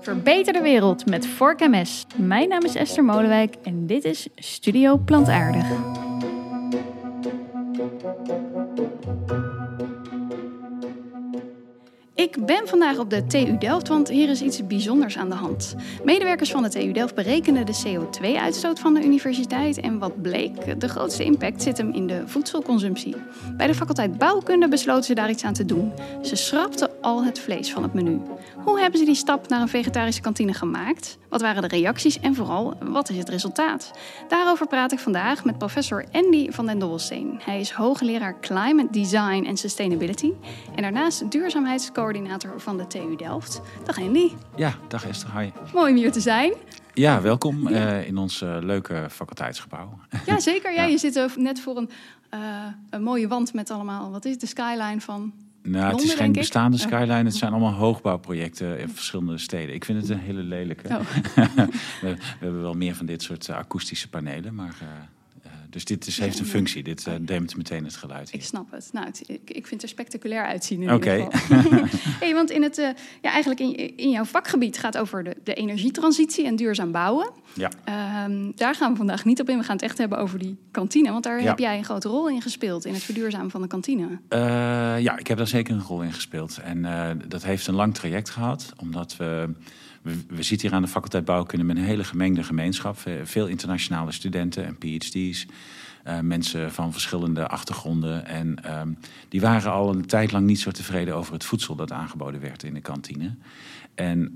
Verbeter de wereld met Vork MS. Mijn naam is Esther Molenwijk en dit is Studio Plantaardig. Ik ben vandaag op de TU Delft, want hier is iets bijzonders aan de hand. Medewerkers van de TU Delft berekenen de CO2-uitstoot van de universiteit. En wat bleek, de grootste impact zit hem in de voedselconsumptie. Bij de faculteit Bouwkunde besloten ze daar iets aan te doen. Ze schrapten al het vlees van het menu. Hoe hebben ze die stap naar een vegetarische kantine gemaakt? Wat waren de reacties en vooral, wat is het resultaat? Daarover praat ik vandaag met professor Andy van den Dobbelsteen. Hij is hoogleraar Climate Design en Sustainability en daarnaast duurzaamheidscoördinator van de TU Delft. Dag Andy. Ja, dag Esther. Hi. Mooi om hier te zijn. Ja, welkom in ons leuke faculteitsgebouw. Ja, zeker. Ja, je zit net voor een mooie wand met allemaal, wat is het, de skyline van Nou, Londen, het is geen bestaande denk skyline. Het zijn allemaal hoogbouwprojecten in verschillende steden. Ik vind het een hele lelijke. Oh. We hebben wel meer van dit soort akoestische panelen, maar dus dit heeft een functie. Dit dempt meteen het geluid hier. Ik snap het. Nou, ik vind het er spectaculair uitzien in Oké. ieder geval. Hey, want eigenlijk in jouw vakgebied gaat over de energietransitie en duurzaam bouwen. Ja. Daar gaan we vandaag niet op in. We gaan het echt hebben over die kantine. Want daar Ja. heb jij een grote rol in gespeeld, in het verduurzamen van de kantine. Ja, ik heb daar zeker een rol in gespeeld. En dat heeft een lang traject gehad, omdat we zitten hier aan de faculteit Bouwkunde met een hele gemengde gemeenschap. Veel internationale studenten en PhD's. Mensen van verschillende achtergronden. En die waren al een tijd lang niet zo tevreden over het voedsel dat aangeboden werd in de kantine. En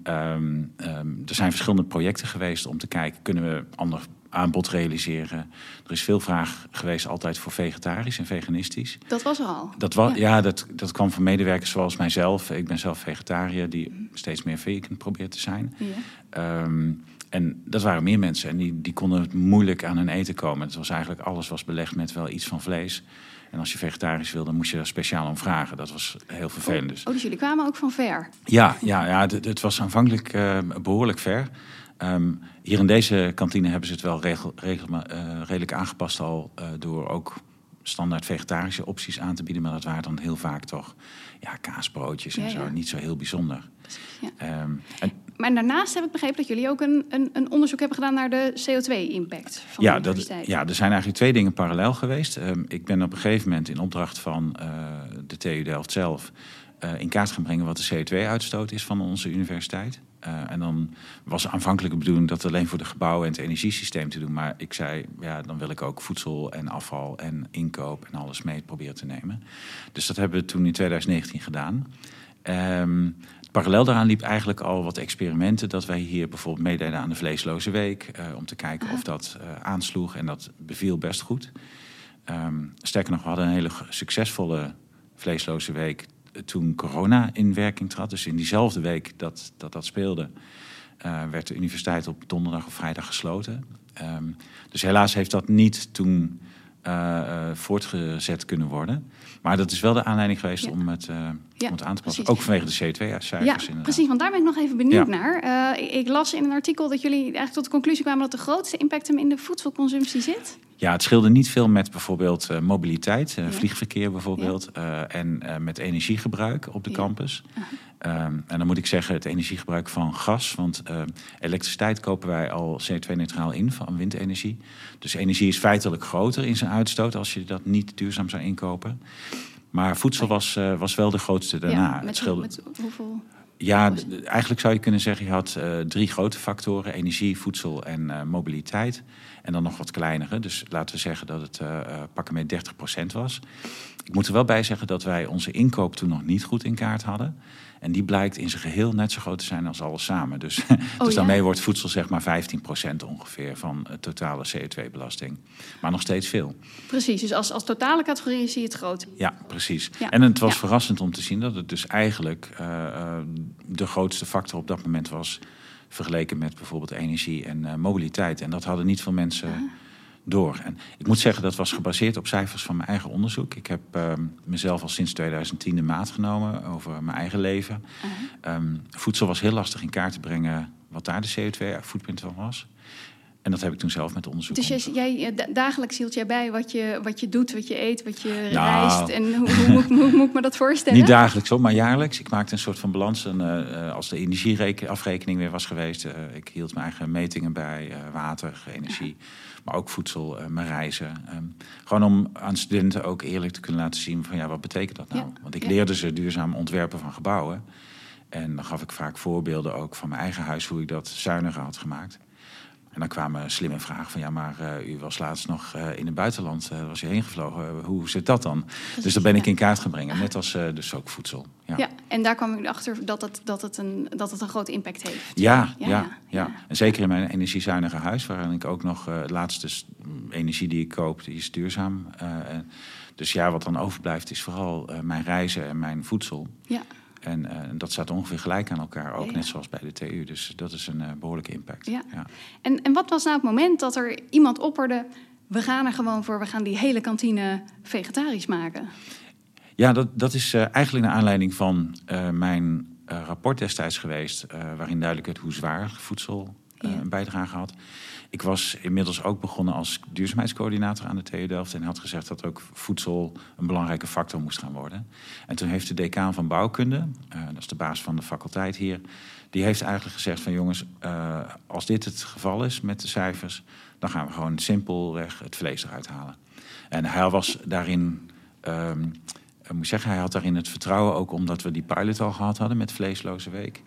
er zijn verschillende projecten geweest om te kijken, kunnen we ander aanbod realiseren. Er is veel vraag geweest altijd voor vegetarisch en veganistisch. Dat was er al. Dat kwam van medewerkers zoals mijzelf. Ik ben zelf vegetariër die steeds meer vegan probeert te zijn. Ja. En dat waren meer mensen en die konden moeilijk aan hun eten komen. Het was eigenlijk alles was belegd met wel iets van vlees. En als je vegetarisch wilde, moest je daar speciaal om vragen. Dat was heel vervelend. Dus jullie kwamen ook van ver? Ja, het was aanvankelijk behoorlijk ver. Hier in deze kantine hebben ze het wel redelijk aangepast al door ook standaard vegetarische opties aan te bieden. Maar dat waren dan heel vaak toch kaasbroodjes en zo. Niet zo heel bijzonder. Ja. Maar daarnaast heb ik begrepen dat jullie ook een onderzoek hebben gedaan naar de CO2-impact van de universiteit. Ja, er zijn eigenlijk twee dingen parallel geweest. Ik ben op een gegeven moment in opdracht van de TU Delft zelf in kaart gaan brengen wat de CO2-uitstoot is van onze universiteit. En dan was aanvankelijk de bedoeling dat alleen voor de gebouwen en het energiesysteem te doen. Maar ik zei, dan wil ik ook voedsel en afval en inkoop en alles mee proberen te nemen. Dus dat hebben we toen in 2019 gedaan. Parallel daaraan liep eigenlijk al wat experimenten dat wij hier bijvoorbeeld meededen aan de Vleesloze Week. Om te kijken of dat aansloeg en dat beviel best goed. Sterker nog, we hadden een hele succesvolle Vleesloze Week toen corona in werking trad. Dus in diezelfde week dat speelde, werd de universiteit op donderdag of vrijdag gesloten. Dus helaas heeft dat niet toen voortgezet kunnen worden. Maar dat is wel de aanleiding geweest om het aan te passen. Precies. Ook vanwege de CO2-cijfers. Ja, precies, want daar ben ik nog even benieuwd naar. Ik las in een artikel dat jullie eigenlijk tot de conclusie kwamen dat de grootste impact hem in de voedselconsumptie zit. Ja, het scheelde niet veel met bijvoorbeeld mobiliteit, vliegverkeer bijvoorbeeld, en met energiegebruik op de campus. En dan moet ik zeggen het energiegebruik van gas, want elektriciteit kopen wij al CO2-neutraal in van windenergie. Dus energie is feitelijk groter in zijn uitstoot als je dat niet duurzaam zou inkopen. Maar voedsel was wel de grootste daarna. Ja, met hoeveel? Ja, eigenlijk zou je kunnen zeggen, je had 3 grote factoren: energie, voedsel en mobiliteit. En dan nog wat kleinere. Dus laten we zeggen dat het pakken met 30% was. Ik moet er wel bij zeggen dat wij onze inkoop toen nog niet goed in kaart hadden. En die blijkt in zijn geheel net zo groot te zijn als alles samen. Dus, dus daarmee wordt voedsel zeg maar 15% ongeveer van de totale CO2-belasting. Maar nog steeds veel. Precies, dus als totale categorie zie je het groot. Ja, precies. Ja. En het was verrassend om te zien dat het dus eigenlijk de grootste factor op dat moment was, vergeleken met bijvoorbeeld energie en mobiliteit. En dat hadden niet veel mensen door. En ik moet zeggen, dat was gebaseerd op cijfers van mijn eigen onderzoek. Ik heb mezelf al sinds 2010 de maat genomen over mijn eigen leven. Voedsel was heel lastig in kaart te brengen wat daar de CO2-voetprint van was. En dat heb ik toen zelf met onderzoek. Dus dagelijks hield jij bij wat je doet, wat je eet, wat je reist. En hoe moet ik me dat voorstellen? Niet dagelijks, maar jaarlijks. Ik maakte een soort van balans. Als de energieafrekening weer was geweest. Ik hield mijn eigen metingen bij. Water, energie. Maar ook voedsel, mijn reizen. Gewoon om aan studenten ook eerlijk te kunnen laten zien van wat betekent dat nou? Want ik leerde ze duurzaam ontwerpen van gebouwen. En dan gaf ik vaak voorbeelden ook van mijn eigen huis, hoe ik dat zuiniger had gemaakt. En dan kwamen slimme vragen van u was laatst nog in het buitenland, was je heen gevlogen. Hoe zit dat dan? Precies, dus dat ben ik in kaart gebracht, net als dus ook voedsel. Ja, en daar kwam ik achter dat het een grote impact heeft. Ja. En zeker in mijn energiezuinige huis, waarin ik ook nog het laatste energie die ik koop, die is duurzaam. Dus wat dan overblijft is vooral mijn reizen en mijn voedsel. Ja. En dat staat ongeveer gelijk aan elkaar, ook net zoals bij de TU. Dus dat is een behoorlijke impact. Ja. En wat was nou het moment dat er iemand opperde, we gaan er gewoon voor, we gaan die hele kantine vegetarisch maken? Ja, dat is eigenlijk naar aanleiding van mijn rapport destijds geweest, waarin duidelijk werd hoe zwaar voedsel een bijdrage had. Ik was inmiddels ook begonnen als duurzaamheidscoördinator aan de TU Delft en had gezegd dat ook voedsel een belangrijke factor moest gaan worden. En toen heeft de decaan van bouwkunde, dat is de baas van de faculteit hier, die heeft eigenlijk gezegd van jongens, als dit het geval is met de cijfers, dan gaan we gewoon simpelweg het vlees eruit halen. En hij was daarin, ik moet zeggen, hij had daarin het vertrouwen ook omdat we die pilot al gehad hadden met Vleesloze Week.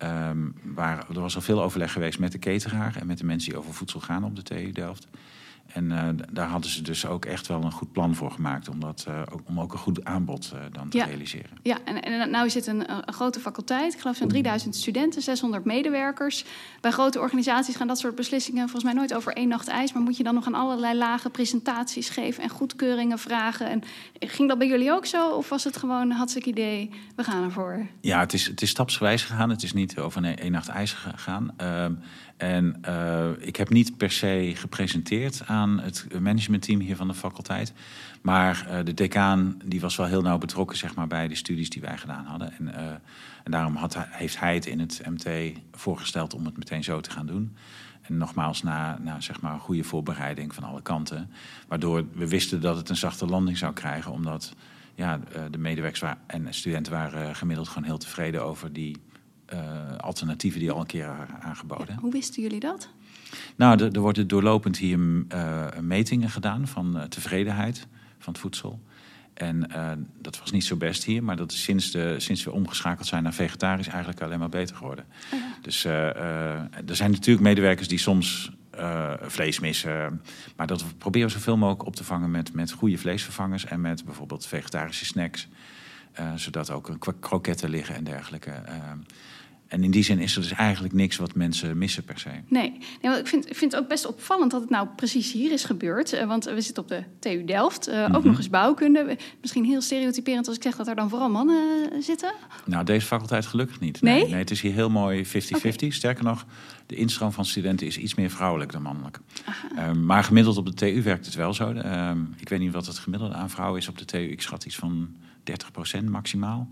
Er was al veel overleg geweest met de cateraar en met de mensen die over voedsel gaan op de TU Delft. En daar hadden ze dus ook echt wel een goed plan voor gemaakt om ook een goed aanbod dan te realiseren. Ja, en nou is het een grote faculteit. Ik geloof zo'n 3000 studenten, 600 medewerkers. Bij grote organisaties gaan dat soort beslissingen volgens mij nooit over één nacht ijs. Maar moet je dan nog aan allerlei lage presentaties geven en goedkeuringen vragen. En ging dat bij jullie ook zo? Of was het gewoon een hartstikke idee, we gaan ervoor? Ja, het is stapsgewijs gegaan. Het is niet over één nacht ijs gegaan. En ik heb niet per se gepresenteerd aan het managementteam hier van de faculteit. Maar de decaan die was wel heel nauw betrokken zeg maar, bij de studies die wij gedaan hadden. En daarom heeft hij het in het MT voorgesteld om het meteen zo te gaan doen. En nogmaals, na zeg maar, een goede voorbereiding van alle kanten. Waardoor we wisten dat het een zachte landing zou krijgen. Omdat de medewerkers en studenten waren gemiddeld gewoon heel tevreden over die alternatieven die al een keer aangeboden. Ja, hoe wisten jullie dat? Nou, er worden doorlopend hier metingen gedaan van tevredenheid van het voedsel. En dat was niet zo best hier, maar dat is sinds we omgeschakeld zijn naar vegetarisch eigenlijk alleen maar beter geworden. Oh ja. Dus er zijn natuurlijk medewerkers die soms vlees missen. Maar dat proberen we zoveel mogelijk op te vangen met goede vleesvervangers en met bijvoorbeeld vegetarische snacks. Zodat ook kroketten liggen en dergelijke. En in die zin is er dus eigenlijk niks wat mensen missen per se. Nee, want ik vind het ook best opvallend dat het nou precies hier is gebeurd. Want we zitten op de TU Delft, ook nog eens bouwkunde. Misschien heel stereotyperend als ik zeg dat er dan vooral mannen zitten. Nou, deze faculteit gelukkig niet. Nee, het is hier heel mooi 50-50. Okay. Sterker nog, de instroom van studenten is iets meer vrouwelijk dan mannelijk. Maar gemiddeld op de TU werkt het wel zo. Ik weet niet wat het gemiddelde aan vrouwen is op de TU. Ik schat iets van 30% maximaal.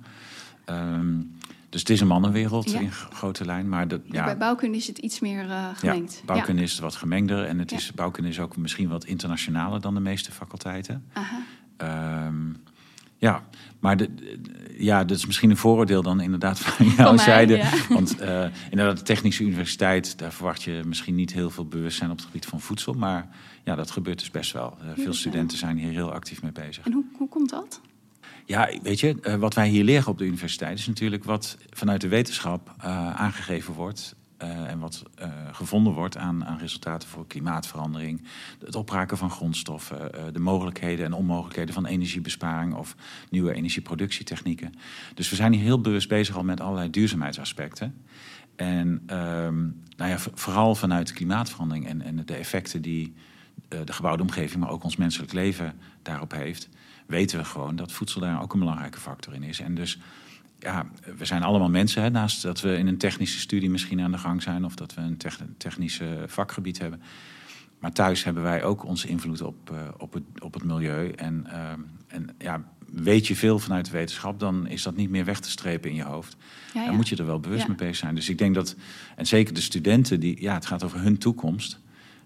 Dus het is een mannenwereld in grote lijn. Maar bij bouwkunde is het iets meer gemengd. Ja, bouwkunde is wat gemengder. En bouwkunde is ook misschien wat internationaler dan de meeste faculteiten. Maar dat is misschien een vooroordeel dan inderdaad van jouw zijde. Ja. Want inderdaad, de Technische Universiteit, daar verwacht je misschien niet heel veel bewustzijn op het gebied van voedsel. Maar ja, dat gebeurt dus best wel. Veel studenten zijn hier heel actief mee bezig. En hoe komt dat? Ja, weet je, wat wij hier leren op de universiteit is natuurlijk wat vanuit de wetenschap aangegeven wordt. En wat gevonden wordt aan resultaten voor klimaatverandering. Het opraken van grondstoffen. De mogelijkheden en onmogelijkheden van energiebesparing of nieuwe energieproductietechnieken. Dus we zijn hier heel bewust bezig al met allerlei duurzaamheidsaspecten. En vooral vanuit klimaatverandering en de effecten die de gebouwde omgeving, maar ook ons menselijk leven daarop heeft, weten we gewoon dat voedsel daar ook een belangrijke factor in is. En dus we zijn allemaal mensen, hè, naast dat we in een technische studie misschien aan de gang zijn of dat we een technische vakgebied hebben. Maar thuis hebben wij ook onze invloed op het milieu. En weet je veel vanuit de wetenschap, dan is dat niet meer weg te strepen in je hoofd. Ja. Dan moet je er wel bewust mee bezig zijn. Dus ik denk dat, en zeker de studenten, het gaat over hun toekomst.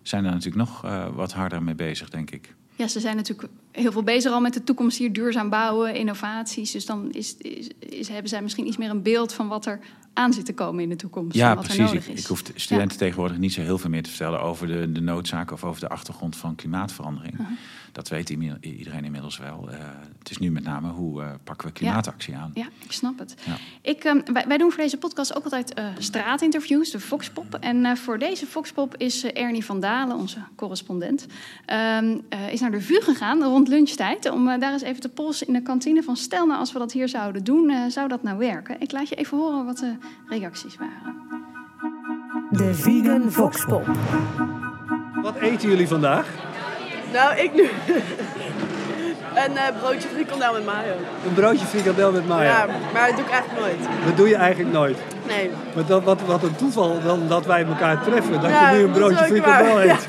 zijn er natuurlijk nog wat harder mee bezig, denk ik. Ja, ze zijn natuurlijk heel veel bezig al met de toekomst hier, duurzaam bouwen, innovaties. Dus dan hebben zij misschien iets meer een beeld van wat er aan zit te komen in de toekomst. Ja, en wat precies. Er nodig is. Ik hoef studenten tegenwoordig niet zo heel veel meer te vertellen over de noodzaak of over de achtergrond van klimaatverandering. Uh-huh. Dat weet iedereen inmiddels wel. Het is nu met name hoe pakken we klimaatactie aan. Ja, ik snap het. Ja. Wij doen voor deze podcast ook altijd straatinterviews, de Voxpop. En voor deze Voxpop is Ernie van Dalen, onze correspondent, is naar de VU gegaan rond lunchtijd om daar eens even te polsen in de kantine van stel nou als we dat hier zouden doen, zou dat nou werken? Ik laat je even horen wat de reacties waren. De Vegan Voxpop. Wat eten jullie vandaag? Nou, ik nu. Een broodje frikandel met mayo. Een broodje frikandel met mayo? Ja, maar dat doe ik eigenlijk nooit. Dat doe je eigenlijk nooit? Nee. Maar wat een toeval dan dat wij elkaar treffen. Dat je nu een broodje frikandel eet.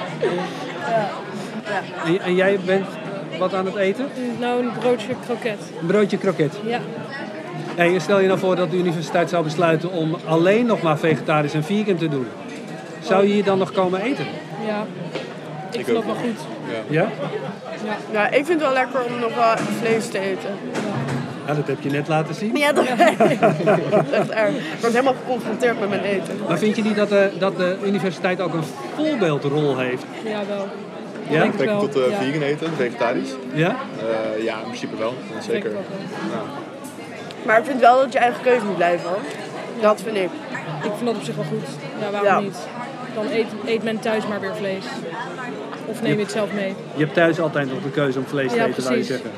Ja. En jij bent wat aan het eten? Nou, een broodje kroket. Een broodje kroket? Ja. Hey, stel je nou voor dat de universiteit zou besluiten om alleen nog maar vegetarisch en vegan te doen. Zou je hier dan nog komen eten? Ja. Ik vind dat wel goed. Ja? Ja, ik vind het wel lekker om nog wel vlees te eten. Ja, dat heb je net laten zien. Ja, dat is echt erg. Ik word helemaal geconfronteerd met mijn eten. Maar vind je niet dat de universiteit ook een voorbeeldrol heeft? Ja, wel. Ja? Met betrekking tot vegan eten, vegetarisch? Ja? Ja, in principe wel. Zeker. Ja. Maar ik vind wel dat je eigen keuze moet blijven, hoor. Dat vind ik. Ik vind dat op zich wel goed. Ja, waarom niet? Dan eet men thuis maar weer vlees. Of neem je het zelf mee. Je hebt thuis altijd nog de keuze om vlees te eten, zou je zeggen.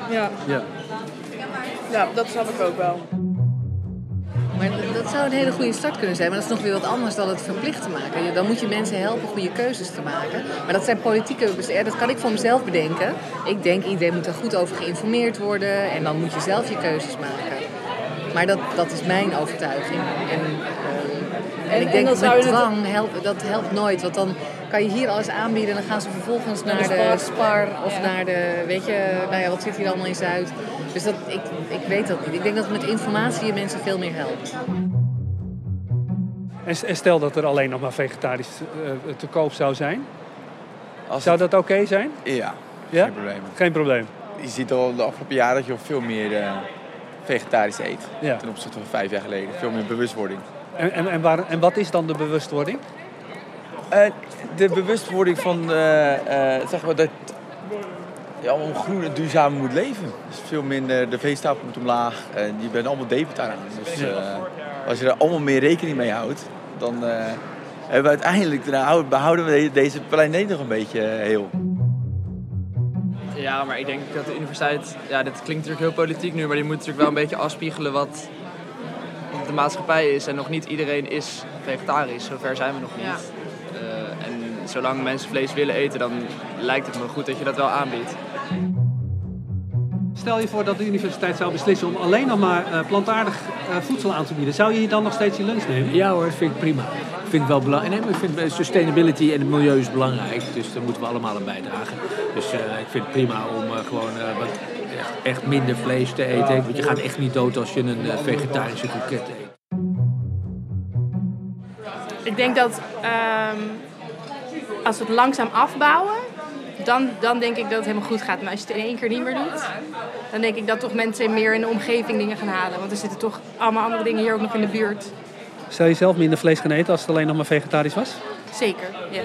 Ja, dat snap ik ook wel. Maar dat zou een hele goede start kunnen zijn. Maar dat is nog weer wat anders dan het verplicht te maken. Dan moet je mensen helpen goede keuzes te maken. Maar dat zijn politieke... dat kan ik voor mezelf bedenken. Ik denk, iedereen moet er goed over geïnformeerd worden. En dan moet je zelf je keuzes maken. Maar dat is mijn overtuiging. En ik denk dat met dwang dat helpt nooit. Want dan kan je hier alles aanbieden en dan gaan ze vervolgens naar de Spar of naar de, weet je, nou ja, wat zit hier allemaal in Zuid. Dus ik weet dat niet. Ik denk dat met informatie je mensen veel meer helpt. En stel dat er alleen nog maar vegetarisch te koop zou zijn. Zou dat oké zijn? Ja, ja, geen probleem. Geen probleem. Je ziet al de afgelopen jaren dat je al veel meer vegetarisch eet. Ja. Ten opzichte van 5 jaar geleden. Veel meer bewustwording. En wat is dan de bewustwording? De bewustwording van zeg maar dat je allemaal groen en duurzaam moet leven. Dus veel minder, de veestapel moet omlaag. Je bent allemaal debutaan. Dus als je er allemaal meer rekening mee houdt, dan hebben we uiteindelijk behouden we deze planeet nog een beetje heel. Ja, maar ik denk dat de universiteit, ja, dit klinkt natuurlijk heel politiek nu, maar die moet natuurlijk wel een beetje afspiegelen wat de maatschappij is. En nog niet iedereen is vegetarisch, zover zijn we nog niet. Ja. En zolang mensen vlees willen eten, dan lijkt het me goed dat je dat wel aanbiedt. Stel je voor dat de universiteit zou beslissen om alleen nog maar plantaardig voedsel aan te bieden. Zou je dan nog steeds je lunch nemen? Ja hoor, dat vind ik prima. Ik vind het wel belangrijk. Nee, maar ik vind sustainability en het milieu is belangrijk. Dus daar moeten we allemaal aan bijdragen. Dus ik vind het prima om gewoon echt minder vlees te eten. Want je gaat echt niet dood als je een vegetarische kroket eet. Ik denk dat als we het langzaam afbouwen, dan denk ik dat het helemaal goed gaat. Maar als je het in één keer niet meer doet, dan denk ik dat toch mensen meer in de omgeving dingen gaan halen. Want er zitten toch allemaal andere dingen hier ook nog in de buurt. Zou je zelf minder vlees gaan eten als het alleen nog maar vegetarisch was? Zeker, ja.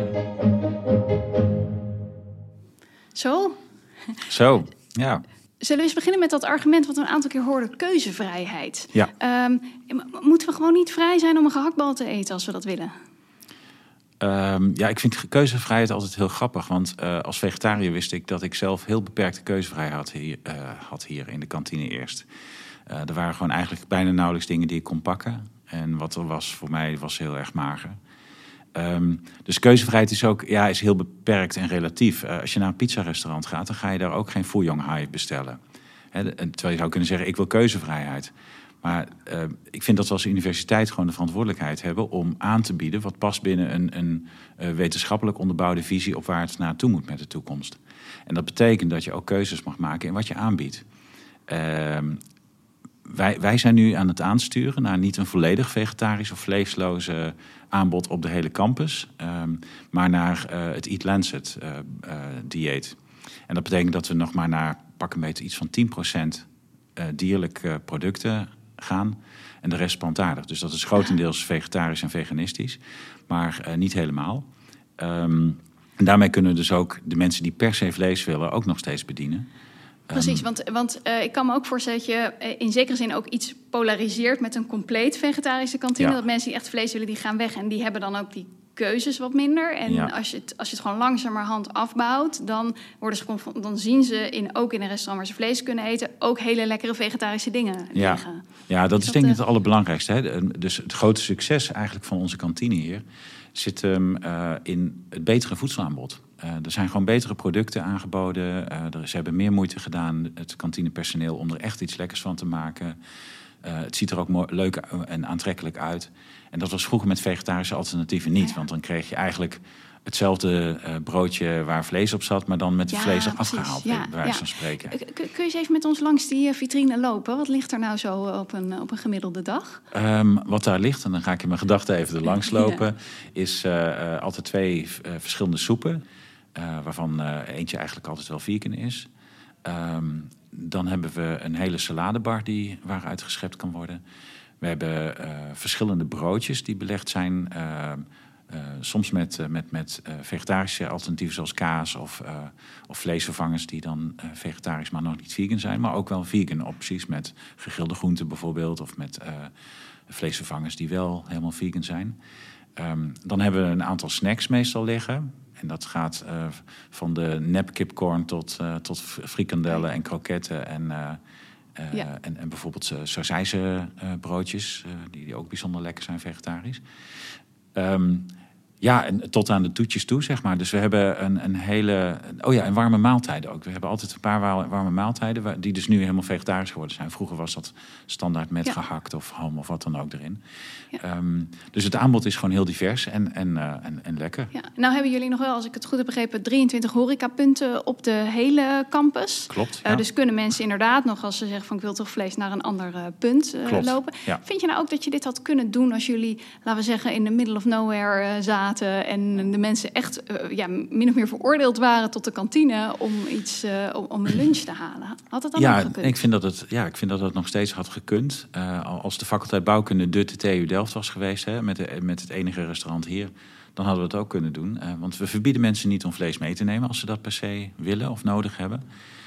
Zo, ja. Zullen we eens beginnen met dat argument wat we een aantal keer hoorden, keuzevrijheid. Ja. Moeten we gewoon niet vrij zijn om een gehaktbal te eten als we dat willen? Ja, ik vind keuzevrijheid altijd heel grappig. Want als vegetariër wist ik dat ik zelf heel beperkte keuzevrijheid had hier in de kantine eerst. Er waren gewoon eigenlijk bijna nauwelijks dingen die ik kon pakken. En wat er was voor mij was heel erg mager. Dus keuzevrijheid is ook is heel beperkt en relatief. Als je naar een pizzarestaurant gaat, dan ga je daar ook geen fouillon bestellen. Terwijl je zou kunnen zeggen, ik wil keuzevrijheid. Maar ik vind dat we als universiteit gewoon de verantwoordelijkheid hebben om aan te bieden wat past binnen een wetenschappelijk onderbouwde visie op waar het naartoe moet met de toekomst. En dat betekent dat je ook keuzes mag maken in wat je aanbiedt. wij zijn nu aan het aansturen naar niet een volledig vegetarisch of vleesloze aanbod op de hele campus, maar naar het Eat Lancet dieet. En dat betekent dat we nog maar naar pak een beetje iets van 10% dierlijke producten gaan en de rest plantaardig. Dus dat is grotendeels vegetarisch en veganistisch, maar niet helemaal. En daarmee kunnen we dus ook de mensen die per se vlees willen ook nog steeds bedienen. Precies, want ik kan me ook voorstellen dat je in zekere zin ook iets polariseert met een compleet vegetarische kantine. Ja. Dat mensen die echt vlees willen, die gaan weg en die hebben dan ook die keuzes wat minder. En als je het gewoon langzamerhand afbouwt, dan zien ze ook in een restaurant waar ze vlees kunnen eten ook hele lekkere vegetarische dingen liggen. Ja, dat is denk ik het allerbelangrijkste. Hè? Dus het grote succes eigenlijk van onze kantine hier zit in het betere voedselaanbod. Er zijn gewoon betere producten aangeboden. Ze hebben meer moeite gedaan, het kantinepersoneel, om er echt iets lekkers van te maken. Het ziet er ook leuk en aantrekkelijk uit. En dat was vroeger met vegetarische alternatieven niet. Want dan kreeg je eigenlijk hetzelfde broodje waar vlees op zat, maar dan met vlees afgehaald, bij wijze van spreken. Kun je eens even met ons langs die vitrine lopen? Wat ligt er nou zo op een gemiddelde dag? Wat daar ligt, en dan ga ik in mijn gedachten even er langs lopen, is altijd 2 verschillende soepen. Waarvan eentje eigenlijk altijd wel vegan is. Dan hebben we een hele saladebar waaruit geschept kan worden. We hebben verschillende broodjes die belegd zijn. Soms met vegetarische alternatieven zoals kaas of vleesvervangers die dan vegetarisch, maar nog niet vegan zijn. Maar ook wel vegan opties met gegrilde groenten bijvoorbeeld. Of met vleesvervangers die wel helemaal vegan zijn. Dan hebben we een aantal snacks meestal liggen. En dat gaat van de nepkipcorn tot frikandellen en kroketten en bijvoorbeeld sausijzenbroodjes, die ook bijzonder lekker zijn vegetarisch. En tot aan de toetjes toe, zeg maar. Dus we hebben een hele... en warme maaltijden ook. We hebben altijd een paar warme maaltijden die dus nu helemaal vegetarisch geworden zijn. Vroeger was dat standaard met gehakt of ham of wat dan ook erin. Ja. Dus het aanbod is gewoon heel divers en lekker. Ja. Nou hebben jullie nog wel, als ik het goed heb begrepen, 23 horecapunten op de hele campus. Klopt, ja. Dus kunnen mensen inderdaad nog, als ze zeggen van ik wil toch vlees, naar een ander punt lopen. Ja. Vind je nou ook dat je dit had kunnen doen als jullie, laten we zeggen, in the middle of nowhere zaten en de mensen echt min of meer veroordeeld waren tot de kantine om een lunch te halen? Had het dan ook gekund? Ik vind dat het nog steeds had gekund. Als de faculteit bouwkunde de TU Delft was geweest, met het enige restaurant hier, dan hadden we het ook kunnen doen. Want we verbieden mensen niet om vlees mee te nemen als ze dat per se willen of nodig hebben.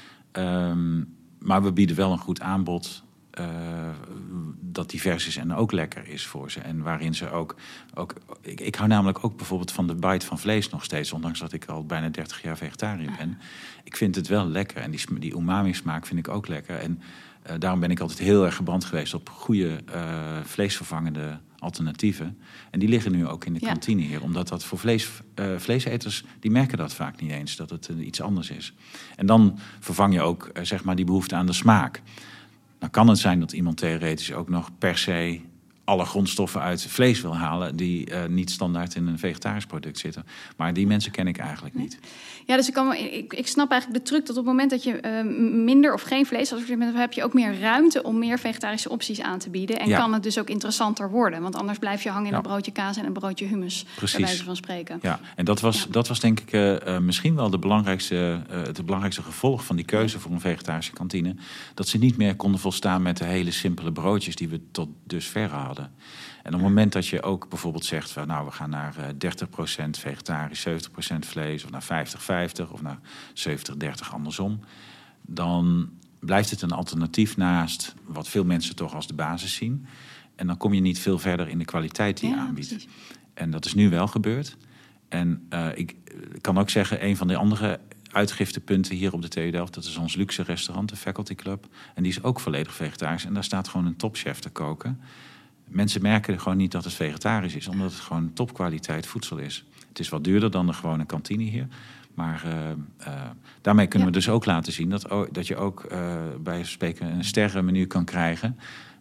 Maar we bieden wel een goed aanbod dat divers is en ook lekker is voor ze. En waarin ze ook ik hou namelijk ook bijvoorbeeld van de bite van vlees nog steeds, ondanks dat ik al bijna 30 jaar vegetariër ben. Ik vind het wel lekker en die umami smaak vind ik ook lekker. En daarom ben ik altijd heel erg gebrand geweest op goede vleesvervangende alternatieven. En die liggen nu ook in de kantine hier. Omdat dat voor vleeseters, die merken dat vaak niet eens, dat het iets anders is. En dan vervang je ook zeg maar die behoefte aan de smaak. Nou kan het zijn dat iemand theoretisch ook nog per se alle grondstoffen uit vlees wil halen die niet standaard in een vegetarisch product zitten. Maar die mensen ken ik eigenlijk niet. Ja, dus ik snap eigenlijk de truc dat op het moment dat je minder of geen vlees hebt, heb je ook meer ruimte om meer vegetarische opties aan te bieden. En kan het dus ook interessanter worden. Want anders blijf je hangen in een broodje kaas en een broodje hummus. Precies. Bij wijze van spreken. Ja, en dat was denk ik misschien wel het belangrijkste gevolg van die keuze voor een vegetarische kantine. Dat ze niet meer konden volstaan met de hele simpele broodjes die we tot dusver hadden. En op het moment dat je ook bijvoorbeeld zegt van we gaan naar 30% vegetarisch, 70% vlees, of naar 50-50 of naar 70-30 andersom, dan blijft het een alternatief naast wat veel mensen toch als de basis zien. En dan kom je niet veel verder in de kwaliteit die je aanbiedt. Precies. En dat is nu wel gebeurd. En ik kan ook zeggen, een van de andere uitgiftepunten hier op de TU Delft, dat is ons luxe restaurant, de Faculty Club. En die is ook volledig vegetarisch. En daar staat gewoon een topchef te koken. Mensen merken gewoon niet dat het vegetarisch is, omdat het gewoon topkwaliteit voedsel is. Het is wat duurder dan de gewone kantine hier. Maar daarmee kunnen we dus ook laten zien dat je ook bij spreken een sterrenmenu kan krijgen.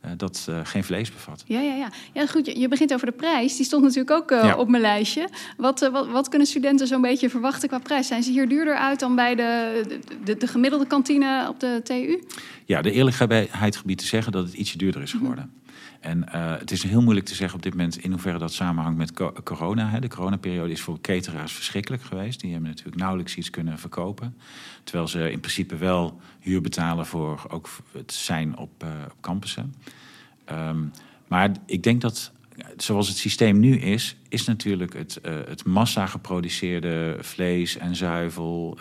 dat geen vlees bevat. Ja, goed. Je begint over de prijs. Die stond natuurlijk ook op mijn lijstje. Wat kunnen studenten zo'n beetje verwachten qua prijs? Zijn ze hier duurder uit dan bij de gemiddelde kantine op de TU? Ja, de eerlijkheid gebied te zeggen dat het ietsje duurder is geworden. En het is heel moeilijk te zeggen op dit moment in hoeverre dat samenhangt met corona. Hè. De coronaperiode is voor cateraars verschrikkelijk geweest. Die hebben natuurlijk nauwelijks iets kunnen verkopen. Terwijl ze in principe wel huur betalen voor ook het zijn op campussen. Maar ik denk dat, zoals het systeem nu is natuurlijk het massa geproduceerde vlees en zuivel.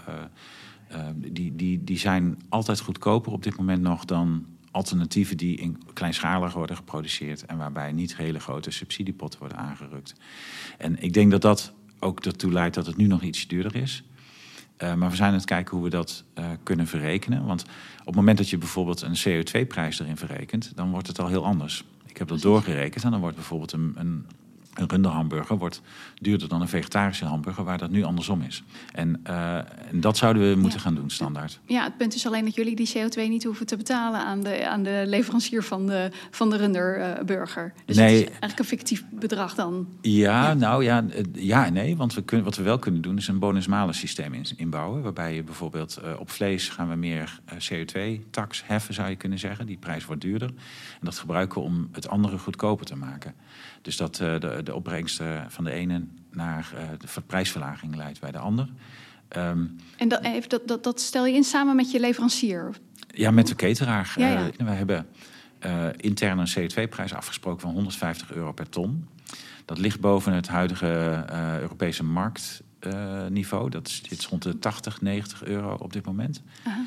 Die zijn altijd goedkoper op dit moment nog dan alternatieven die in kleinschalig worden geproduceerd en waarbij niet hele grote subsidiepotten worden aangerukt. En ik denk dat dat ook ertoe leidt dat het nu nog iets duurder is. Maar we zijn aan het kijken hoe we dat kunnen verrekenen. Want op het moment dat je bijvoorbeeld een CO2-prijs erin verrekent, dan wordt het al heel anders. Ik heb dat doorgerekend en dan wordt bijvoorbeeld een runderhamburger wordt duurder dan een vegetarische hamburger, waar dat nu andersom is. En dat zouden we moeten gaan doen, standaard. Ja, het punt is alleen dat jullie die CO2 niet hoeven te betalen aan de leverancier van de runderburger. Dus nee. Het is eigenlijk een fictief bedrag dan. Ja en nee. Want wat we wel kunnen doen is een bonus-malus systeem inbouwen. Waarbij je bijvoorbeeld op vlees gaan we meer CO2-tax heffen, zou je kunnen zeggen. Die prijs wordt duurder. En dat gebruiken we om het andere goedkoper te maken. Dus dat de opbrengst van de ene naar de prijsverlaging leidt bij de ander. En dat stel je in samen met je leverancier? Ja, met de cateraar. Wij hebben intern een CO2-prijs afgesproken van €150 per ton. Dat ligt boven het huidige Europese marktniveau. Dat zit rond de €80-90 op dit moment.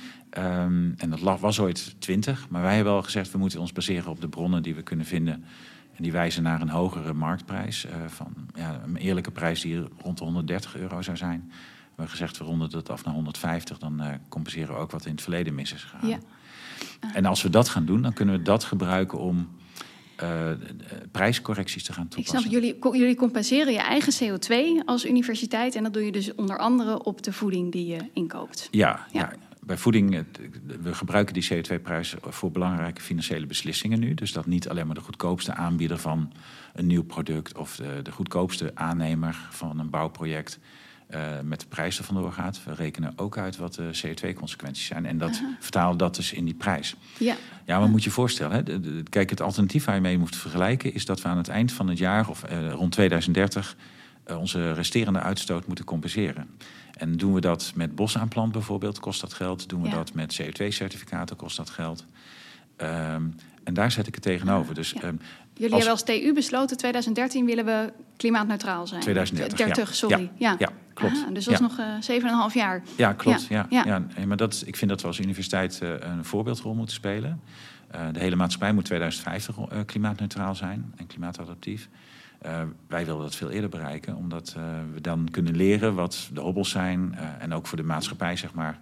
En dat was ooit 20. Maar wij hebben al gezegd, we moeten ons baseren op de bronnen die we kunnen vinden. En die wijzen naar een hogere marktprijs. Een eerlijke prijs die rond de €130 zou zijn. We hebben gezegd, we ronden dat af naar 150. Dan compenseren we ook wat in het verleden mis is gegaan. Ja. En als we dat gaan doen, dan kunnen we dat gebruiken om prijscorrecties te gaan toepassen. Ik snap, jullie compenseren je eigen CO2 als universiteit. En dat doe je dus onder andere op de voeding die je inkoopt. Ja. Bij voeding, we gebruiken die CO2-prijs voor belangrijke financiële beslissingen nu. Dus dat niet alleen maar de goedkoopste aanbieder van een nieuw product of de goedkoopste aannemer van een bouwproject met de prijs er vandoor gaat. We rekenen ook uit wat de CO2-consequenties zijn. En dat vertalen dat dus in die prijs. Ja, maar moet je voorstellen. Hè? Kijk, het alternatief waar je mee moet vergelijken is dat we aan het eind van het jaar of rond 2030 onze resterende uitstoot moeten compenseren. En doen we dat met bosaanplant bijvoorbeeld, kost dat geld. Doen we dat met CO2-certificaten, kost dat geld. En daar zet ik het tegenover. Dus, jullie hebben als TU besloten, 2013 willen we klimaatneutraal zijn. 2030, sorry. Ja, klopt. Dus dat is nog 7,5 jaar. Ja, klopt. Maar ik vind dat we als universiteit een voorbeeldrol moeten spelen. De hele maatschappij moet 2050 klimaatneutraal zijn en klimaatadaptief. Wij willen dat veel eerder bereiken, omdat we dan kunnen leren wat de hobbels zijn. En ook voor de maatschappij, zeg maar,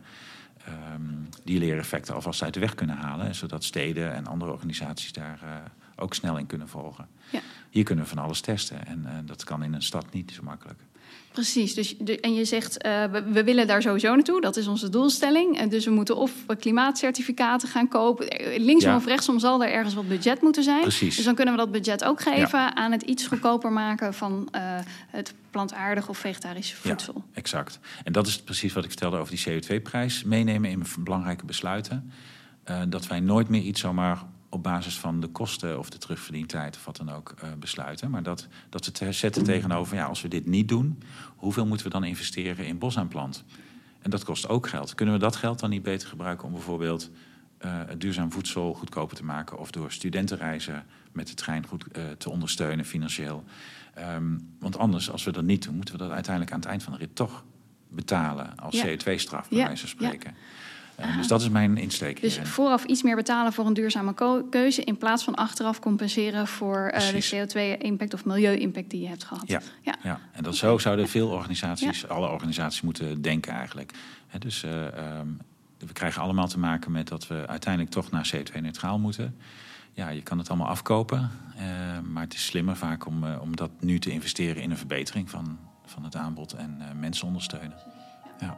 die leereffecten alvast uit de weg kunnen halen. Zodat steden en andere organisaties daar ook snel in kunnen volgen. Ja. Hier kunnen we van alles testen en dat kan in een stad niet zo makkelijk. Precies, dus en je zegt, we willen daar sowieso naartoe. Dat is onze doelstelling. En dus we moeten of klimaatcertificaten gaan kopen. Linksom of rechtsom zal er ergens wat budget moeten zijn. Precies. Dus dan kunnen we dat budget ook geven aan het iets goedkoper maken van het plantaardig of vegetarisch voedsel. Ja, exact. En dat is precies wat ik vertelde over die CO2-prijs. Meenemen in belangrijke besluiten. Dat wij nooit meer iets zomaar op basis van de kosten of de terugverdientijd of wat dan ook besluiten. Maar dat we zetten tegenover, als we dit niet doen, hoeveel moeten we dan investeren in bosaanplant? En dat kost ook geld. Kunnen we dat geld dan niet beter gebruiken om bijvoorbeeld duurzaam voedsel goedkoper te maken of door studentenreizen met de trein goed te ondersteunen financieel? Want anders, als we dat niet doen, moeten we dat uiteindelijk aan het eind van de rit toch betalen als CO2-straf, bij wijze van spreken. Dus dat is mijn insteek. Dus vooraf iets meer betalen voor een duurzame keuze, in plaats van achteraf compenseren voor de CO2-impact of milieu-impact die je hebt gehad. Ja. En dat zo zouden veel organisaties, alle organisaties moeten denken eigenlijk. Dus we krijgen allemaal te maken met dat we uiteindelijk toch naar CO2-neutraal moeten. Ja, je kan het allemaal afkopen, maar het is slimmer vaak om dat nu te investeren in een verbetering van het aanbod en mensen ondersteunen. Ja.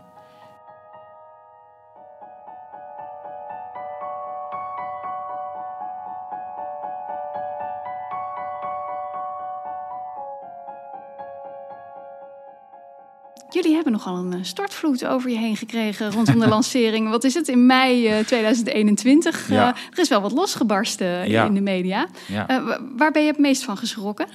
Jullie hebben nogal een stortvloed over je heen gekregen rondom de lancering. Wat is het? In mei 2021. Ja. Er is wel wat losgebarsten in de media. Ja. Waar ben je het meest van geschrokken?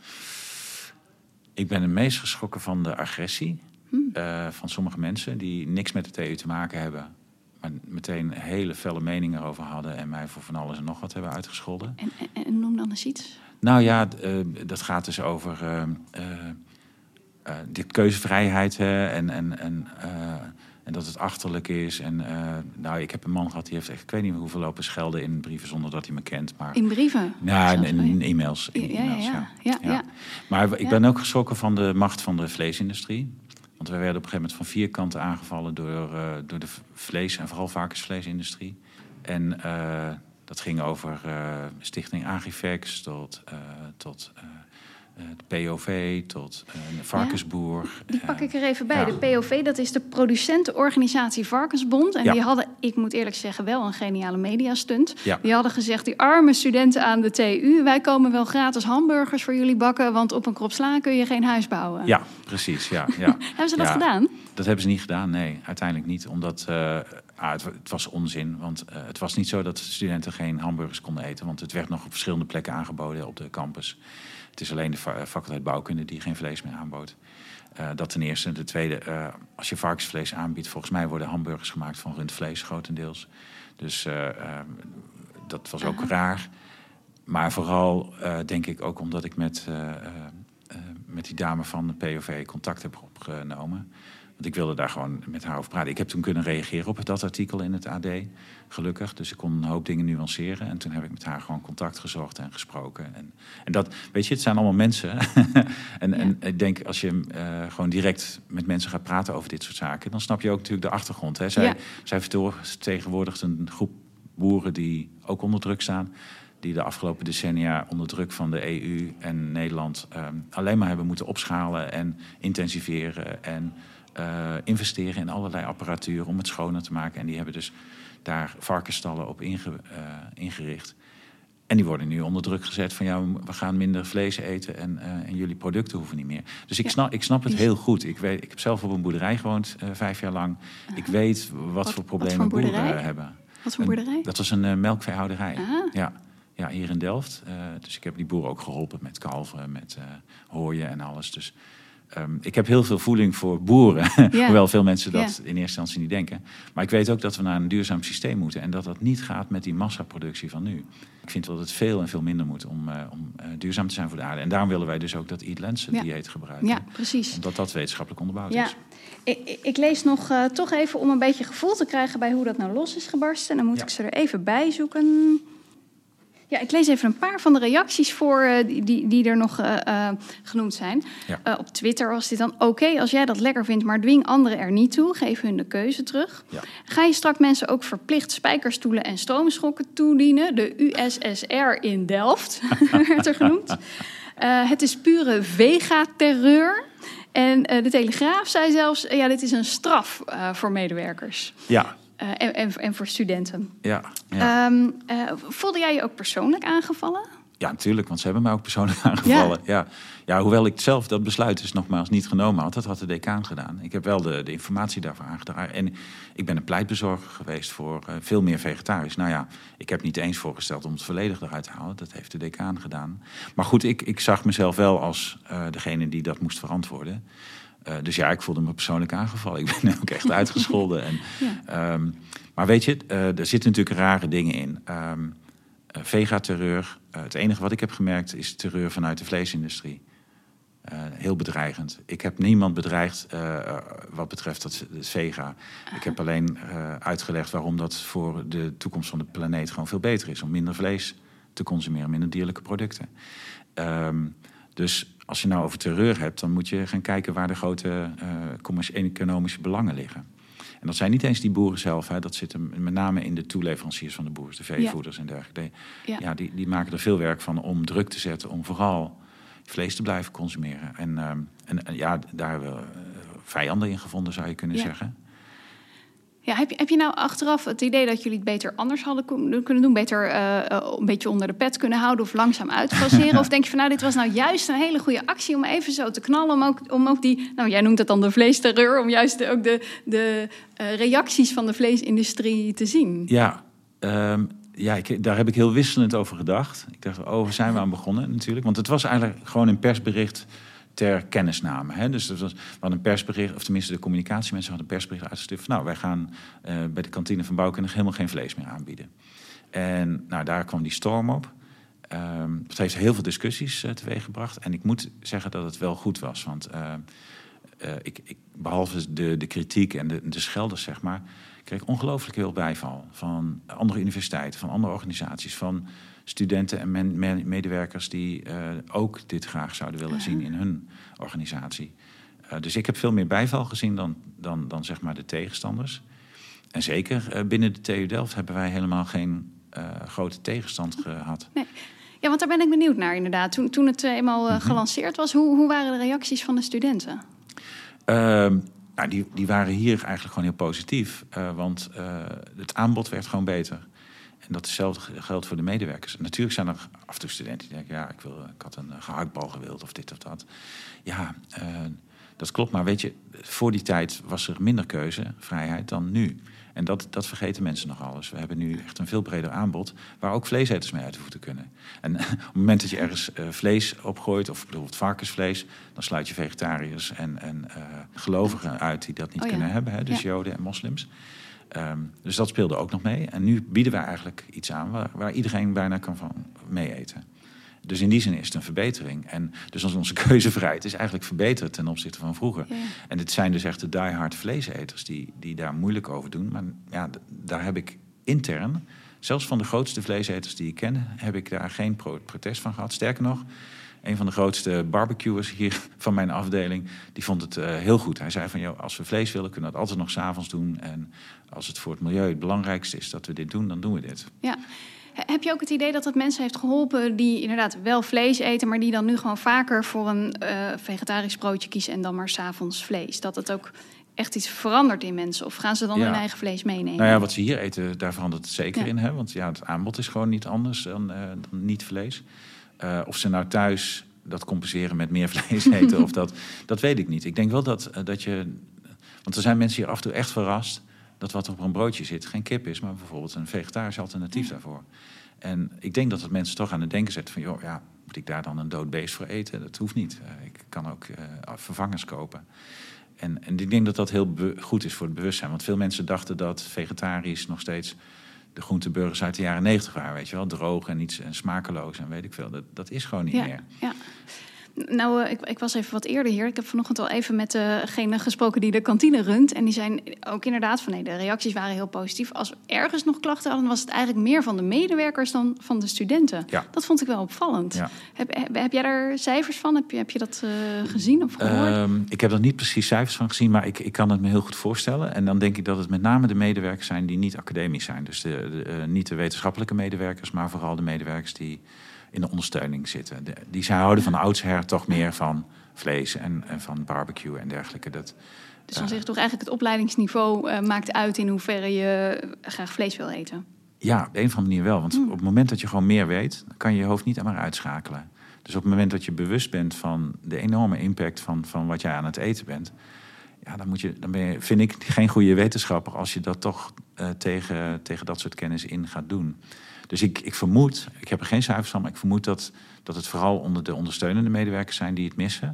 Ik ben het meest geschrokken van de agressie van sommige mensen die niks met de TU te maken hebben, maar meteen hele felle meningen erover hadden en mij voor van alles en nog wat hebben uitgescholden. En noem dan eens iets. Nou ja, dat gaat dus over de keuzevrijheid en dat het achterlijk is. En ik heb een man gehad die heeft echt, ik weet niet meer hoeveel lopen schelden in brieven zonder dat hij me kent. Maar, in brieven? Ja, in e-mails. Ja. Maar ik ben ook geschrokken van de macht van de vleesindustrie. Want wij werden op een gegeven moment van 4 kanten aangevallen door de vlees- en vooral varkensvleesindustrie. En dat ging over Stichting Agrivex tot de POV, tot de Varkensboer. Die pak ik er even bij. De POV, dat is de producentenorganisatie Varkensbond. En die hadden, ik moet eerlijk zeggen, wel een geniale mediastunt. Ja. Die hadden gezegd, die arme studenten aan de TU, wij komen wel gratis hamburgers voor jullie bakken, want op een krop sla kun je geen huis bouwen. Ja, precies. Ja. Hebben ze dat gedaan? Dat hebben ze niet gedaan, nee. Uiteindelijk niet, omdat het was onzin. Want het was niet zo dat studenten geen hamburgers konden eten, want het werd nog op verschillende plekken aangeboden op de campus. Het is alleen de faculteit bouwkunde die geen vlees meer aanbood. Dat ten eerste. De tweede, als je varkensvlees aanbiedt, volgens mij worden hamburgers gemaakt van rundvlees grotendeels. Dus dat was ook raar. Maar vooral denk ik ook omdat ik met die dame van de POV contact heb opgenomen. Want ik wilde daar gewoon met haar over praten. Ik heb toen kunnen reageren op dat artikel in het AD, gelukkig. Dus ik kon een hoop dingen nuanceren. En toen heb ik met haar gewoon contact gezocht en gesproken. En dat, weet je, het zijn allemaal mensen. En ik denk, als je gewoon direct met mensen gaat praten over dit soort zaken, dan snap je ook natuurlijk de achtergrond. Hè. Zij vertegenwoordigt een groep boeren die ook onder druk staan, die de afgelopen decennia onder druk van de EU en Nederland alleen maar hebben moeten opschalen en intensiveren en investeren in allerlei apparatuur om het schoner te maken. En die hebben dus daar varkensstallen op ingericht. En die worden nu onder druk gezet van we gaan minder vlees eten en jullie producten hoeven niet meer. Dus ik snap het heel goed. Ik heb zelf op een boerderij gewoond 5 jaar lang. Ik weet wat voor problemen boeren hebben. Wat voor boerderij? Dat was een melkveehouderij. Ja, hier in Delft. Dus ik heb die boeren ook geholpen met kalveren, met hooien en alles. Dus ik heb heel veel voeling voor boeren. Hoewel veel mensen dat in eerste instantie niet denken. Maar ik weet ook dat we naar een duurzaam systeem moeten. En dat dat niet gaat met die massaproductie van nu. Ik vind wel dat het veel en veel minder moet om duurzaam te zijn voor de aarde. En daarom willen wij dus ook dat Eat Lands dieet gebruiken. Ja, precies. Omdat dat wetenschappelijk onderbouwd is. Ik lees nog toch even om een beetje gevoel te krijgen bij hoe dat nou los is gebarsten. Dan moet ik ze er even bij zoeken. Ja, ik lees even een paar van de reacties voor die er nog genoemd zijn. Ja. Op Twitter was dit dan: oké, als jij dat lekker vindt, maar dwing anderen er niet toe. Geef hun de keuze terug. Ja. Ga je straks mensen ook verplicht spijkerstoelen en stroomschokken toedienen? De USSR in Delft werd er genoemd. Het is pure vegaterreur. En de Telegraaf zei zelfs, dit is een straf voor medewerkers. Ja. En voor studenten. Ja. Voelde jij je ook persoonlijk aangevallen? Ja, natuurlijk, want ze hebben mij ook persoonlijk aangevallen. Ja, hoewel ik zelf dat besluit dus nogmaals niet genomen had. Dat had de decaan gedaan. Ik heb wel de informatie daarvoor aangedragen. En ik ben een pleitbezorger geweest voor veel meer vegetarisch. Nou ja, ik heb niet eens voorgesteld om het volledig eruit te halen. Dat heeft de decaan gedaan. Maar goed, ik zag mezelf wel als degene die dat moest verantwoorden. Dus ja, ik voelde me persoonlijk aangevallen. Ik ben ook echt uitgescholden. Maar weet je, er zitten natuurlijk rare dingen in. Vegaterreur. Het enige wat ik heb gemerkt is terreur vanuit de vleesindustrie. Heel bedreigend. Ik heb niemand bedreigd wat betreft het vega. Ik heb alleen uitgelegd waarom dat voor de toekomst van de planeet gewoon veel beter is. Om minder vlees te consumeren, minder dierlijke producten. Dus als je nou over terreur hebt, dan moet je gaan kijken waar de grote economische belangen liggen. En dat zijn niet eens die boeren zelf. Hè. Dat zit met name in de toeleveranciers van de boeren, de veevoeders en dergelijke. Die maken er veel werk van om druk te zetten om vooral vlees te blijven consumeren. En daar hebben we vijanden in gevonden, zou je kunnen zeggen. Ja, heb je nou achteraf het idee dat jullie het beter anders hadden kunnen doen? Beter een beetje onder de pet kunnen houden of langzaam uitfaseren? Of denk je van, nou, dit was nou juist een hele goede actie om even zo te knallen, om ook die, nou, jij noemt het dan de vleesterreur, om juist ook de reacties van de vleesindustrie te zien? Ja, daar heb ik heel wisselend over gedacht. Ik dacht, waar zijn we aan begonnen natuurlijk? Want het was eigenlijk gewoon een persbericht ter kennisname. Hè? Dus we hadden een persbericht, of tenminste de communicatiemensen hadden een persbericht uitgestuurd van, nou, wij gaan bij de kantine van Bouwkundig helemaal geen vlees meer aanbieden. En nou, daar kwam die storm op. Het heeft heel veel discussies teweeggebracht. En ik moet zeggen dat het wel goed was. Want behalve de kritiek en de schelders, zeg maar, kreeg ik ongelooflijk veel bijval van andere universiteiten, van andere organisaties, van studenten en medewerkers die ook dit graag zouden willen zien in hun organisatie. Dus ik heb veel meer bijval gezien dan zeg maar de tegenstanders. En zeker binnen de TU Delft hebben wij helemaal geen grote tegenstand gehad. Nee. Ja, want daar ben ik benieuwd naar inderdaad. Toen het eenmaal gelanceerd was, hoe waren de reacties van de studenten? Die waren hier eigenlijk gewoon heel positief. Want het aanbod werd gewoon beter. En dat hetzelfde geldt voor de medewerkers. En natuurlijk zijn er af en toe studenten die denken, ja, ik had een gehaktbal gewild of dit of dat. Ja, dat klopt. Maar weet je, voor die tijd was er minder keuzevrijheid dan nu. En dat vergeten mensen nogal eens. We hebben nu echt een veel breder aanbod waar ook vleeseters mee uit de voeten kunnen. En op het moment dat je ergens vlees opgooit, of bijvoorbeeld varkensvlees, dan sluit je vegetariërs en gelovigen uit die dat niet kunnen hebben. Hè? Dus Joden en moslims. Dus dat speelde ook nog mee. En nu bieden wij eigenlijk iets aan waar iedereen bijna kan van mee eten. Dus in die zin is het een verbetering. En dus onze keuzevrijheid is eigenlijk verbeterd ten opzichte van vroeger. Ja. En het zijn dus echt de diehard vleeseters die daar moeilijk over doen. Maar ja, daar heb ik intern, zelfs van de grootste vleeseters die ik ken, heb ik daar geen protest van gehad. Sterker nog, een van de grootste barbecuers hier van mijn afdeling, die vond het heel goed. Hij zei van, als we vlees willen, kunnen we het altijd nog 's avonds doen. En als het voor het milieu het belangrijkste is dat we dit doen, dan doen we dit. Ja. Heb je ook het idee dat het mensen heeft geholpen die inderdaad wel vlees eten, maar die dan nu gewoon vaker voor een vegetarisch broodje kiezen en dan maar 's avonds vlees? Dat het ook echt iets verandert in mensen? Of gaan ze dan hun eigen vlees meenemen? Nou ja, wat ze hier eten, daar verandert het zeker in. Hè? Want ja, het aanbod is gewoon niet anders dan niet vlees. Of ze nou thuis dat compenseren met meer vlees eten, of dat weet ik niet. Ik denk wel dat je... Want er zijn mensen hier af en toe echt verrast dat wat op een broodje zit geen kip is, maar bijvoorbeeld een vegetarisch alternatief daarvoor. En ik denk dat het mensen toch aan het denken zet van, moet ik daar dan een dood beest voor eten? Dat hoeft niet. Ik kan ook vervangers kopen. En ik denk dat dat heel goed is voor het bewustzijn. Want veel mensen dachten dat vegetarisch nog steeds de groenteburgers uit de jaren 90 waren, weet je wel. Droog en smakeloos en weet ik veel. Dat is gewoon niet meer. Ja. Nou, ik was even wat eerder hier. Ik heb vanochtend al even met degene gesproken die de kantine runt. En die zijn ook inderdaad van, de reacties waren heel positief. Als we ergens nog klachten hadden, was het eigenlijk meer van de medewerkers dan van de studenten. Ja. Dat vond ik wel opvallend. Ja. Heb jij daar cijfers van? Heb je dat gezien of gehoord? Ik heb er niet precies cijfers van gezien, maar ik kan het me heel goed voorstellen. En dan denk ik dat het met name de medewerkers zijn die niet academisch zijn. Dus niet de wetenschappelijke medewerkers, maar vooral de medewerkers die in de ondersteuning zitten. Die houden van oudsher toch meer van vlees en van barbecue en dergelijke. Dus dan zeg je toch eigenlijk het opleidingsniveau maakt uit in hoeverre je graag vlees wil eten? Ja, op een of andere manier wel. Want op het moment dat je gewoon meer weet, kan je je hoofd niet meer uitschakelen. Dus op het moment dat je bewust bent van de enorme impact van wat jij aan het eten bent, ja, dan ben je, vind ik, geen goede wetenschapper als je dat toch tegen dat soort kennis in gaat doen. Dus ik vermoed, ik heb er geen cijfers van, maar ik vermoed dat het vooral onder de ondersteunende medewerkers zijn die het missen.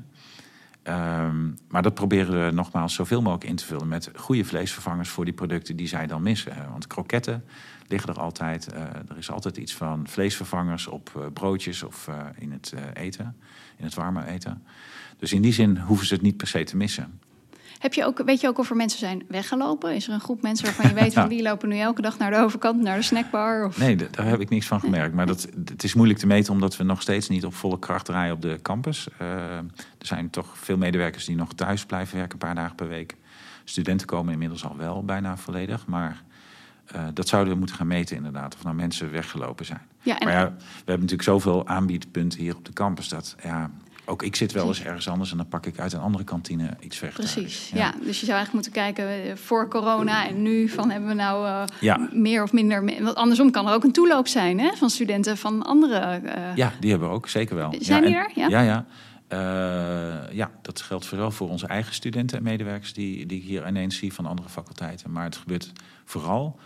Maar dat proberen we nogmaals zoveel mogelijk in te vullen met goede vleesvervangers voor die producten die zij dan missen. Want kroketten liggen er altijd. Er is altijd iets van vleesvervangers op broodjes of in het eten, in het warme eten. Dus in die zin hoeven ze het niet per se te missen. Weet je ook of er mensen zijn weggelopen? Is er een groep mensen waarvan je weet van die lopen nu elke dag naar de overkant, naar de snackbar? Of? Nee, daar heb ik niks van gemerkt. Maar het is moeilijk te meten omdat we nog steeds niet op volle kracht draaien op de campus. Er zijn toch veel medewerkers die nog thuis blijven werken, een paar dagen per week. Studenten komen inmiddels al wel bijna volledig. Maar dat zouden we moeten gaan meten inderdaad, of nou mensen weggelopen zijn. Ja, maar we hebben natuurlijk zoveel aanbiedpunten hier op de campus dat ook ik zit wel eens ergens anders en dan pak ik uit een andere kantine iets vegetarisch. Precies, ja. Dus je zou eigenlijk moeten kijken voor corona en nu van hebben we nou meer of minder. Want andersom kan er ook een toeloop zijn, hè, van studenten van andere. Ja, die hebben we ook zeker wel. Zijn die er? Ja. Ja, dat geldt vooral voor onze eigen studenten en medewerkers die ik hier ineens zie van andere faculteiten. Maar het gebeurt vooral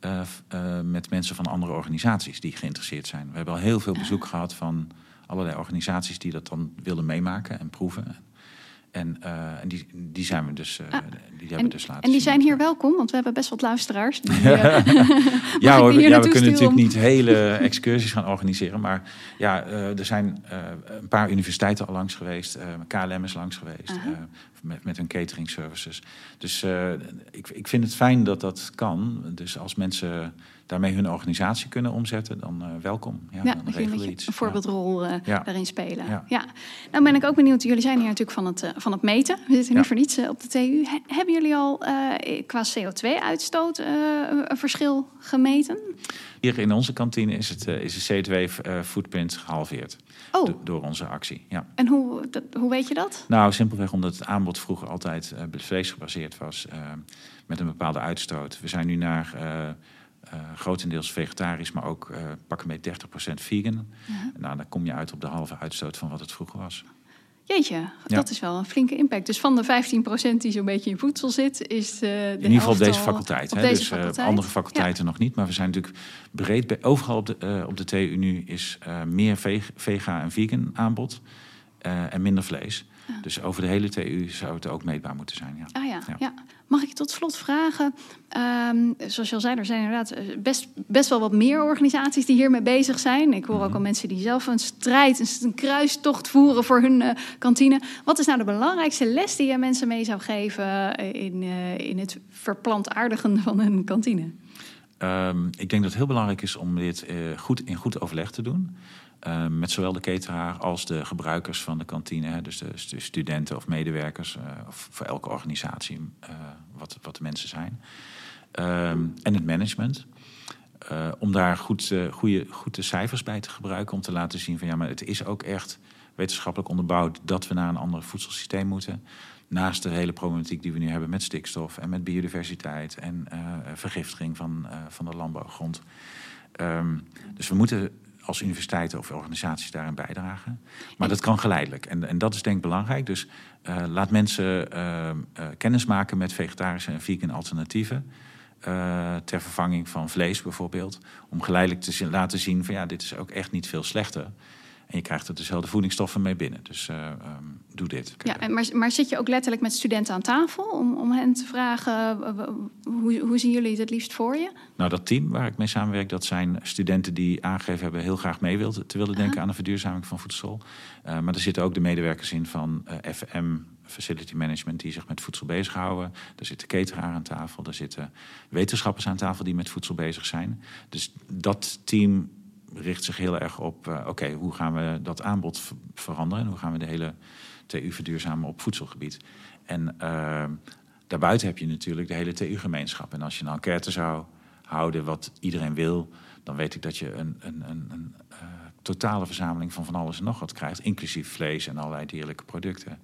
met mensen van andere organisaties die geïnteresseerd zijn. We hebben al heel veel bezoek gehad van allerlei organisaties die dat dan willen meehouden en proeven. En die zijn we dus, die hebben dus laten En die zien. zijn hier welkom, want we hebben best wat luisteraars. Die, ja, hoor, we kunnen natuurlijk om... niet hele excursies gaan organiseren. Maar ja, er zijn een paar universiteiten al langs geweest. KLM is langs geweest. Met hun catering services. Dus ik vind het fijn dat dat kan. Dus als mensen daarmee hun organisatie kunnen omzetten, dan welkom. Ja, dan regelen we iets. Een voorbeeldrol daarin spelen. Ja. Ja. Nou ben ik ook benieuwd, jullie zijn hier natuurlijk van het meten. We zitten niet voor niets op de TU. Hebben jullie al qua CO2-uitstoot een verschil gemeten? Hier in onze kantine is de CO2-footprint gehalveerd. Door onze actie, ja. En hoe weet je dat? Nou, simpelweg omdat het aanbod vroeger altijd vleesgebaseerd was. Met een bepaalde uitstoot. We zijn nu naar grotendeels vegetarisch, maar ook pakken mee 30% vegan. Nou, dan kom je uit op de halve uitstoot van wat het vroeger was. Jeetje, dat is wel een flinke impact. Dus van de 15% die zo'n beetje in voedsel zit, is in ieder geval op deze faculteit. Op andere faculteiten nog niet. Maar we zijn natuurlijk breed. Overal op de TU nu is meer vega en vegan aanbod en minder vlees. Ja. Dus over de hele TU zou het ook meetbaar moeten zijn. Ja. Mag ik je tot slot vragen? Zoals je al zei, er zijn inderdaad best wel wat meer organisaties die hiermee bezig zijn. Ik hoor ook al mensen die zelf een strijd, een kruistocht voeren voor hun kantine. Wat is nou de belangrijkste les die je mensen mee zou geven in het verplantaardigen van hun kantine? Ik denk dat het heel belangrijk is om dit in goed overleg te doen. Met zowel de cateraar als de gebruikers van de kantine. Hè, dus de studenten of medewerkers. Of voor elke organisatie wat de mensen zijn. En het management. Om daar goed de cijfers bij te gebruiken. Om te laten zien van maar het is ook echt wetenschappelijk onderbouwd dat we naar een ander voedselsysteem moeten. Naast de hele problematiek die we nu hebben met stikstof en met biodiversiteit en vergiftiging van de landbouwgrond. Dus we moeten als universiteiten of organisaties daarin bijdragen. Maar dat kan geleidelijk. En dat is denk ik belangrijk. Dus laat mensen kennis maken met vegetarische en vegan alternatieven. Ter vervanging van vlees bijvoorbeeld. Om geleidelijk te laten zien van dit is ook echt niet veel slechter. En je krijgt er dezelfde voedingsstoffen mee binnen. Dus doe dit. Ja, maar zit je ook letterlijk met studenten aan tafel om hen te vragen hoe zien jullie het liefst voor je? Nou, dat team waar ik mee samenwerk, dat zijn studenten die aangegeven hebben heel graag mee te willen denken aan de verduurzaming van voedsel. Maar er zitten ook de medewerkers in van FM, Facility Management, die zich met voedsel bezighouden. Er zitten cateraar aan tafel, er zitten wetenschappers aan tafel die met voedsel bezig zijn. Dus dat team richt zich heel erg op, hoe gaan we dat aanbod veranderen? En hoe gaan we de hele TU verduurzamen op voedselgebied? En daarbuiten heb je natuurlijk de hele TU-gemeenschap. En als je een enquête zou houden wat iedereen wil, dan weet ik dat je een totale verzameling van alles en nog wat krijgt. Inclusief vlees en allerlei dierlijke producten.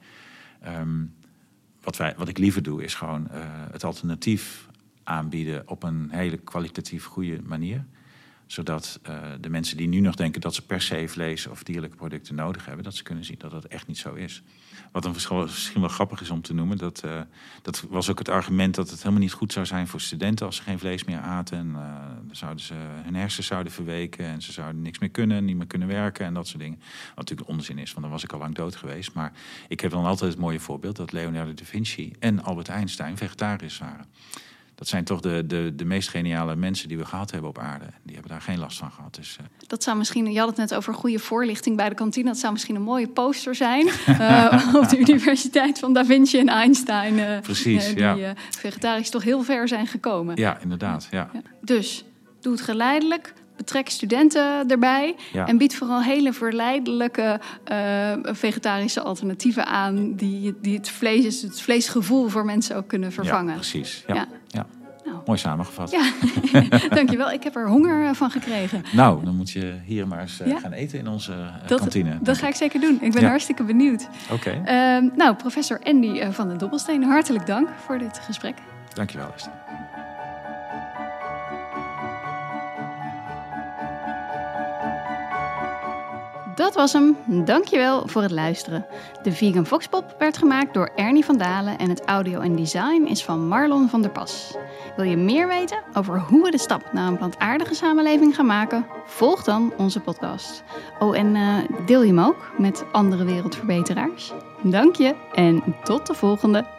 Wat ik liever doe, is gewoon het alternatief aanbieden op een hele kwalitatief goede manier. Zodat de mensen die nu nog denken dat ze per se vlees of dierlijke producten nodig hebben, dat ze kunnen zien dat dat echt niet zo is. Wat een misschien wel grappig is om te noemen. Dat was ook het argument dat het helemaal niet goed zou zijn voor studenten als ze geen vlees meer aten. En zouden ze hun hersens zouden verweken en ze zouden niks meer kunnen, niet meer kunnen werken en dat soort dingen. Wat natuurlijk onzin is, want dan was ik al lang dood geweest. Maar ik heb dan altijd het mooie voorbeeld dat Leonardo da Vinci en Albert Einstein vegetariërs waren. Dat zijn toch de meest geniale mensen die we gehad hebben op aarde. Die hebben daar geen last van gehad. Dus, Dat zou misschien, je had het net over goede voorlichting bij de kantine. Dat zou misschien een mooie poster zijn op de Universiteit van Da Vinci en Einstein. Precies, die vegetarisch toch heel ver zijn gekomen. Ja, inderdaad. Ja. Dus doe het geleidelijk. Betrek studenten erbij. Ja. En bied vooral hele verleidelijke vegetarische alternatieven aan. Die het vleesgevoel voor mensen ook kunnen vervangen. Ja, precies. Ja. Nou, Mooi samengevat. Ja, dankjewel. Ik heb er honger van gekregen. Nou, dan moet je hier maar eens gaan eten in onze kantine. Dat ga ik zeker doen. Ik ben hartstikke benieuwd. Oké. Nou, professor Andy van den Dobbelsteen, hartelijk dank voor dit gesprek. Dankjewel, Esther. Dat was hem. Dankjewel voor het luisteren. De Vegan Voxpop werd gemaakt door Ernie van Dalen en het audio en design is van Marlon van der Pas. Wil je meer weten over hoe we de stap naar een plantaardige samenleving gaan maken? Volg dan onze podcast. Oh, en deel je hem ook met andere wereldverbeteraars. Dank je en tot de volgende.